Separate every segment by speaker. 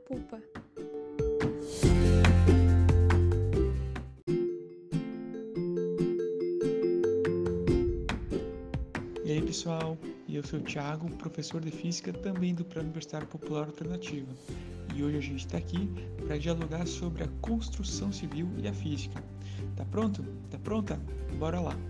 Speaker 1: Pupa.
Speaker 2: E aí pessoal, eu sou o Thiago, professor de Física também do Plano Universitário Popular Alternativa. E hoje a gente está aqui para dialogar sobre a construção civil e a física. Tá pronto? Tá pronta? Bora lá!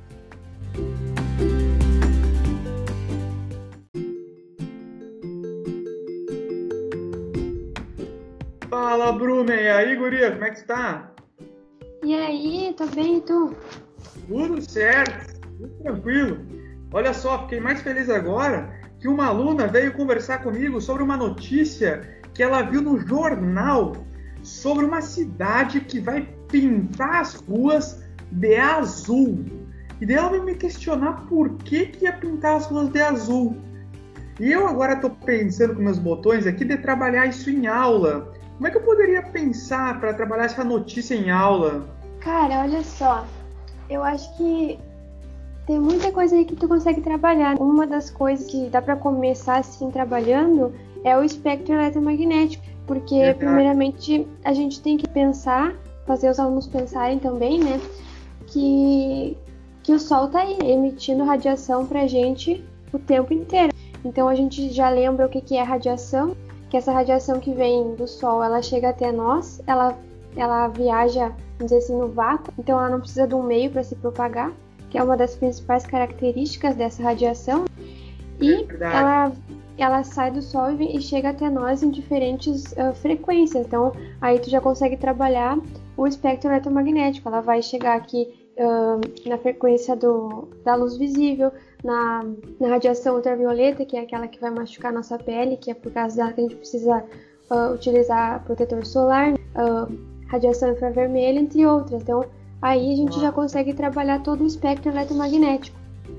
Speaker 3: Fala, Bruna, e aí, guria, como é que tu tá?
Speaker 4: E aí, tô bem, e tu?
Speaker 3: Tudo certo, tudo tranquilo. Olha só, fiquei mais feliz agora que uma aluna veio conversar comigo sobre uma notícia que ela viu no jornal sobre uma cidade que vai pintar as ruas de azul. E daí ela veio me questionar por que ia pintar as ruas de azul. E eu agora estou pensando com meus botões aqui de trabalhar isso em aula. Como é que eu poderia pensar para trabalhar essa notícia em aula?
Speaker 4: Cara, olha só, eu acho que tem muita coisa aí que tu consegue trabalhar. Uma das coisas que dá para começar assim trabalhando é o espectro eletromagnético, porque primeiramente a gente tem que pensar, fazer os alunos pensarem também, né, que o Sol tá aí emitindo radiação pra gente o tempo inteiro. Então a gente já lembra o que é radiação, que essa radiação que vem do Sol, ela chega até nós, ela viaja, vamos dizer assim, no vácuo, então ela não precisa de um meio para se propagar, que é uma das principais características dessa radiação, e ela sai do Sol e chega até nós em diferentes frequências. Então aí tu já consegue trabalhar o espectro eletromagnético. Ela vai chegar aqui na frequência da luz visível, na radiação ultravioleta, que é aquela que vai machucar a nossa pele, que é por causa dela que a gente precisa utilizar protetor solar, radiação infravermelha, entre outras. Então aí a gente já consegue trabalhar todo o espectro eletromagnético.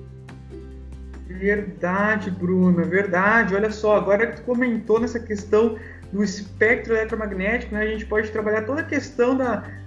Speaker 3: Verdade, Bruna, verdade. Olha só, agora que tu comentou nessa questão do espectro eletromagnético, né, a gente pode trabalhar toda a questão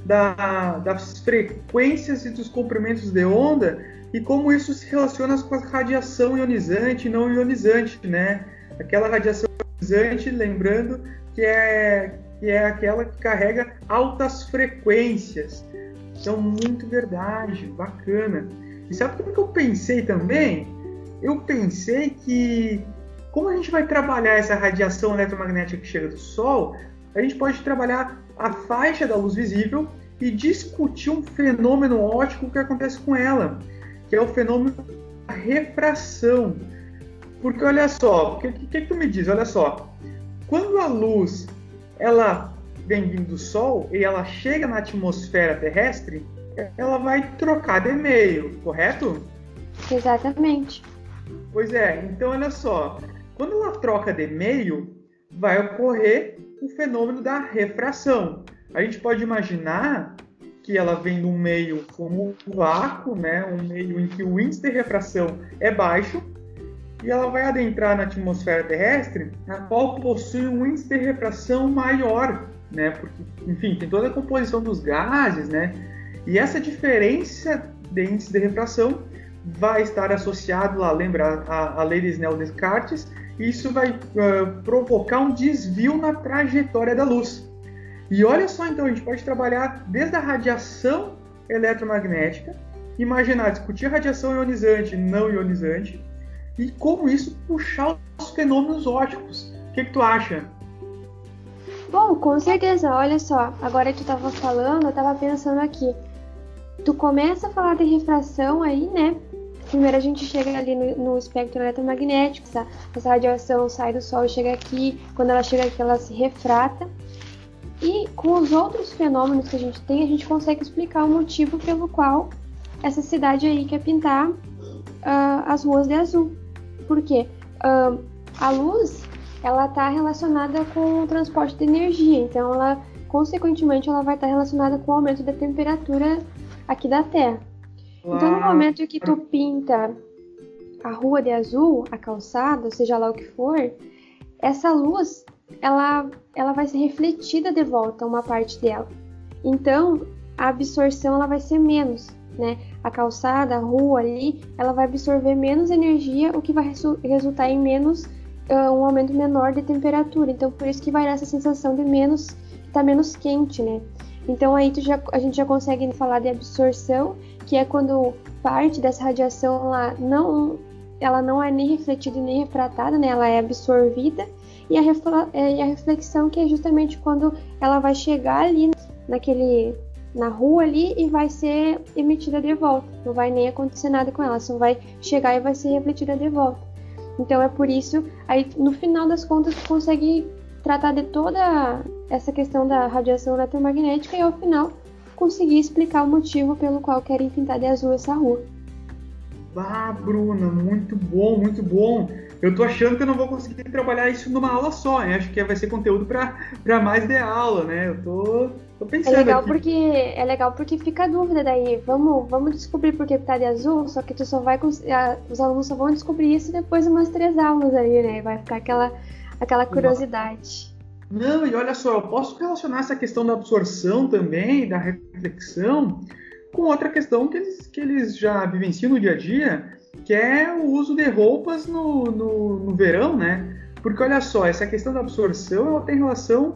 Speaker 3: das frequências e dos comprimentos de onda e como isso se relaciona com a radiação ionizante e não ionizante, né? Aquela radiação ionizante, lembrando que é aquela que carrega altas frequências. Então, muito verdade, bacana. E sabe o que eu pensei também? Eu pensei que, como a gente vai trabalhar essa radiação eletromagnética que chega do Sol, a gente pode trabalhar a faixa da luz visível e discutir um fenômeno óptico que acontece com ela, que é o fenômeno da refração. Porque olha só, o que tu me diz? Olha só, quando a luz ela vem vindo do Sol e ela chega na atmosfera terrestre, ela vai trocar de meio, correto?
Speaker 4: Exatamente.
Speaker 3: Pois é, então olha só, quando ela troca de meio, vai ocorrer o fenômeno da refração. A gente pode imaginar que ela vem de um meio como o vácuo, né? Um meio em que o índice de refração é baixo, e ela vai adentrar na atmosfera terrestre, a qual possui um índice de refração maior, né? Porque, enfim, tem toda a composição dos gases, né? E essa diferença de índice de refração vai estar associado lá, lembra, a lei de Snell-Descartes, e isso vai provocar um desvio na trajetória da luz. E olha só, então, a gente pode trabalhar desde a radiação eletromagnética, imaginar, discutir a radiação ionizante e não ionizante, e como isso puxar os fenômenos ópticos. O que tu acha?
Speaker 4: Bom, com certeza, olha só, agora que tu estava falando, eu estava pensando aqui. Tu começa a falar de refração aí, né? Primeiro a gente chega ali no espectro eletromagnético, essa radiação sai do Sol e chega aqui, quando ela chega aqui ela se refrata. E com os outros fenômenos que a gente consegue explicar o motivo pelo qual essa cidade aí quer pintar as ruas de azul. Por quê? A luz, ela está relacionada com o transporte de energia, então ela, consequentemente, ela vai estar relacionada com o aumento da temperatura aqui da Terra. Então, no momento que tu pinta a rua de azul, a calçada, seja lá o que for, essa luz, ela vai ser refletida de volta, uma parte dela. Então, a absorção ela vai ser menos, né? A calçada, a rua ali, ela vai absorver menos energia, o que vai resultar em menos um aumento menor de temperatura. Então, por isso que vai dar essa sensação de tá menos quente, né? Então, aí a gente já consegue falar de absorção, que é quando parte dessa radiação ela não é nem refletida e nem refratada, né? Ela é absorvida. E a reflexão, que é justamente quando ela vai chegar ali na rua ali e vai ser emitida de volta. Não vai nem acontecer nada com ela, só vai chegar e vai ser refletida de volta. Então é por isso, aí no final das contas tu consegue tratar de toda essa questão da radiação eletromagnética e ao final conseguir explicar o motivo pelo qual querem pintar de azul essa rua.
Speaker 3: Ah, Bruna, muito bom, muito bom. Eu tô achando que eu não vou conseguir trabalhar isso numa aula só, né? Acho que vai ser conteúdo para mais de aula, né? Eu tô pensando
Speaker 4: É legal porque fica a dúvida daí. Vamos descobrir por que tá de azul, só que os alunos só vão descobrir isso depois de umas 3 aulas aí, né? Vai ficar aquela curiosidade.
Speaker 3: Não, e olha só, eu posso relacionar essa questão da absorção também, da reflexão, com outra questão que eles já vivenciam no dia a dia, que é o uso de roupas no verão, né? Porque olha só, essa questão da absorção ela tem relação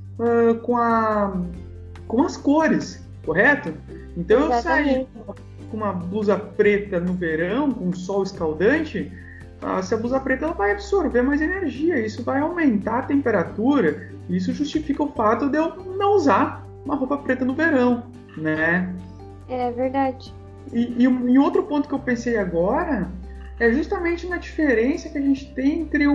Speaker 3: com as cores, correto? Então eu saio com uma blusa preta no verão, com sol escaldante, essa blusa preta ela vai absorver mais energia, isso vai aumentar a temperatura, e isso justifica o fato de eu não usar uma roupa preta no verão, né?
Speaker 4: É verdade.
Speaker 3: E outro ponto que eu pensei agora é justamente na diferença que a gente tem entre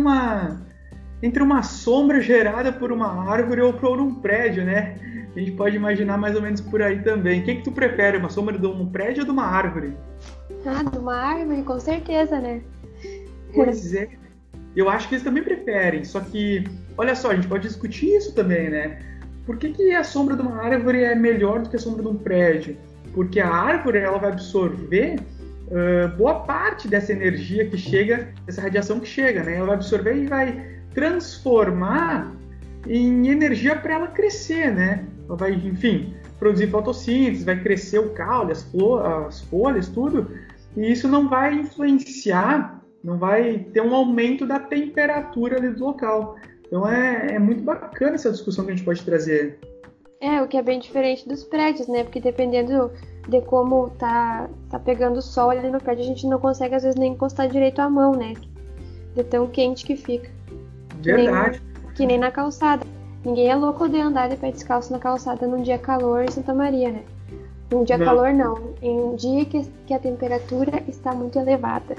Speaker 3: uma sombra gerada por uma árvore ou por um prédio, né? A gente pode imaginar mais ou menos por aí também. O que tu prefere, uma sombra de um prédio ou de uma árvore?
Speaker 4: De uma árvore, com certeza, né?
Speaker 3: Pois é. Eu acho que eles também preferem, só que, olha só, a gente pode discutir isso também, né? Por que a sombra de uma árvore é melhor do que a sombra de um prédio? Porque a árvore ela vai absorver boa parte dessa energia que chega, dessa radiação que chega, né? Ela vai absorver e vai transformar em energia para ela crescer, né? Ela vai, enfim, produzir fotossíntese, vai crescer o caule, as folhas, tudo, e isso não vai influenciar, não vai ter um aumento da temperatura ali do local. Então é muito bacana essa discussão que a gente pode trazer.
Speaker 4: O que é bem diferente dos prédios, né? Porque dependendo de como tá pegando o sol ali no prédio, a gente não consegue às vezes nem encostar direito a mão, né? De tão quente que fica.
Speaker 3: Verdade.
Speaker 4: Que nem na calçada. Ninguém é louco de andar de pé descalço na calçada num dia calor em Santa Maria, né? Num dia calor não, em um dia que a temperatura está muito elevada.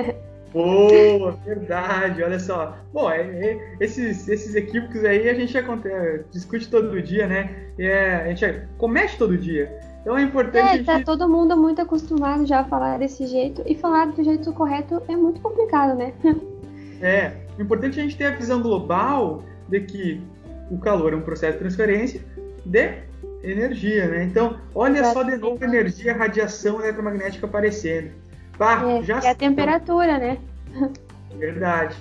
Speaker 3: Boa, verdade, olha só. Bom, esses equívocos aí a gente discute todo dia, né? A gente comete todo dia. Então é importante.
Speaker 4: Tá todo mundo muito acostumado já a falar desse jeito, e falar do jeito correto é muito complicado, né?
Speaker 3: O importante é a gente ter a visão global de que o calor é um processo de transferência de energia, né? Então, olha só de novo a energia, a radiação eletromagnética aparecendo.
Speaker 4: É a temperatura, né?
Speaker 3: Verdade.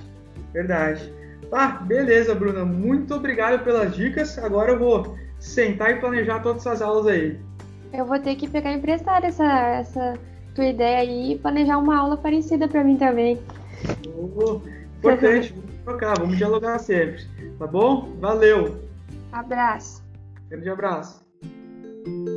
Speaker 3: Beleza, Bruna. Muito obrigado pelas dicas. Agora eu vou sentar e planejar todas essas aulas aí.
Speaker 4: Eu vou ter que pegar emprestada essa tua ideia aí e planejar uma aula parecida para mim também.
Speaker 3: Importante, vamos dialogar sempre. Tá bom? Valeu!
Speaker 4: Abraço.
Speaker 3: Grande abraço.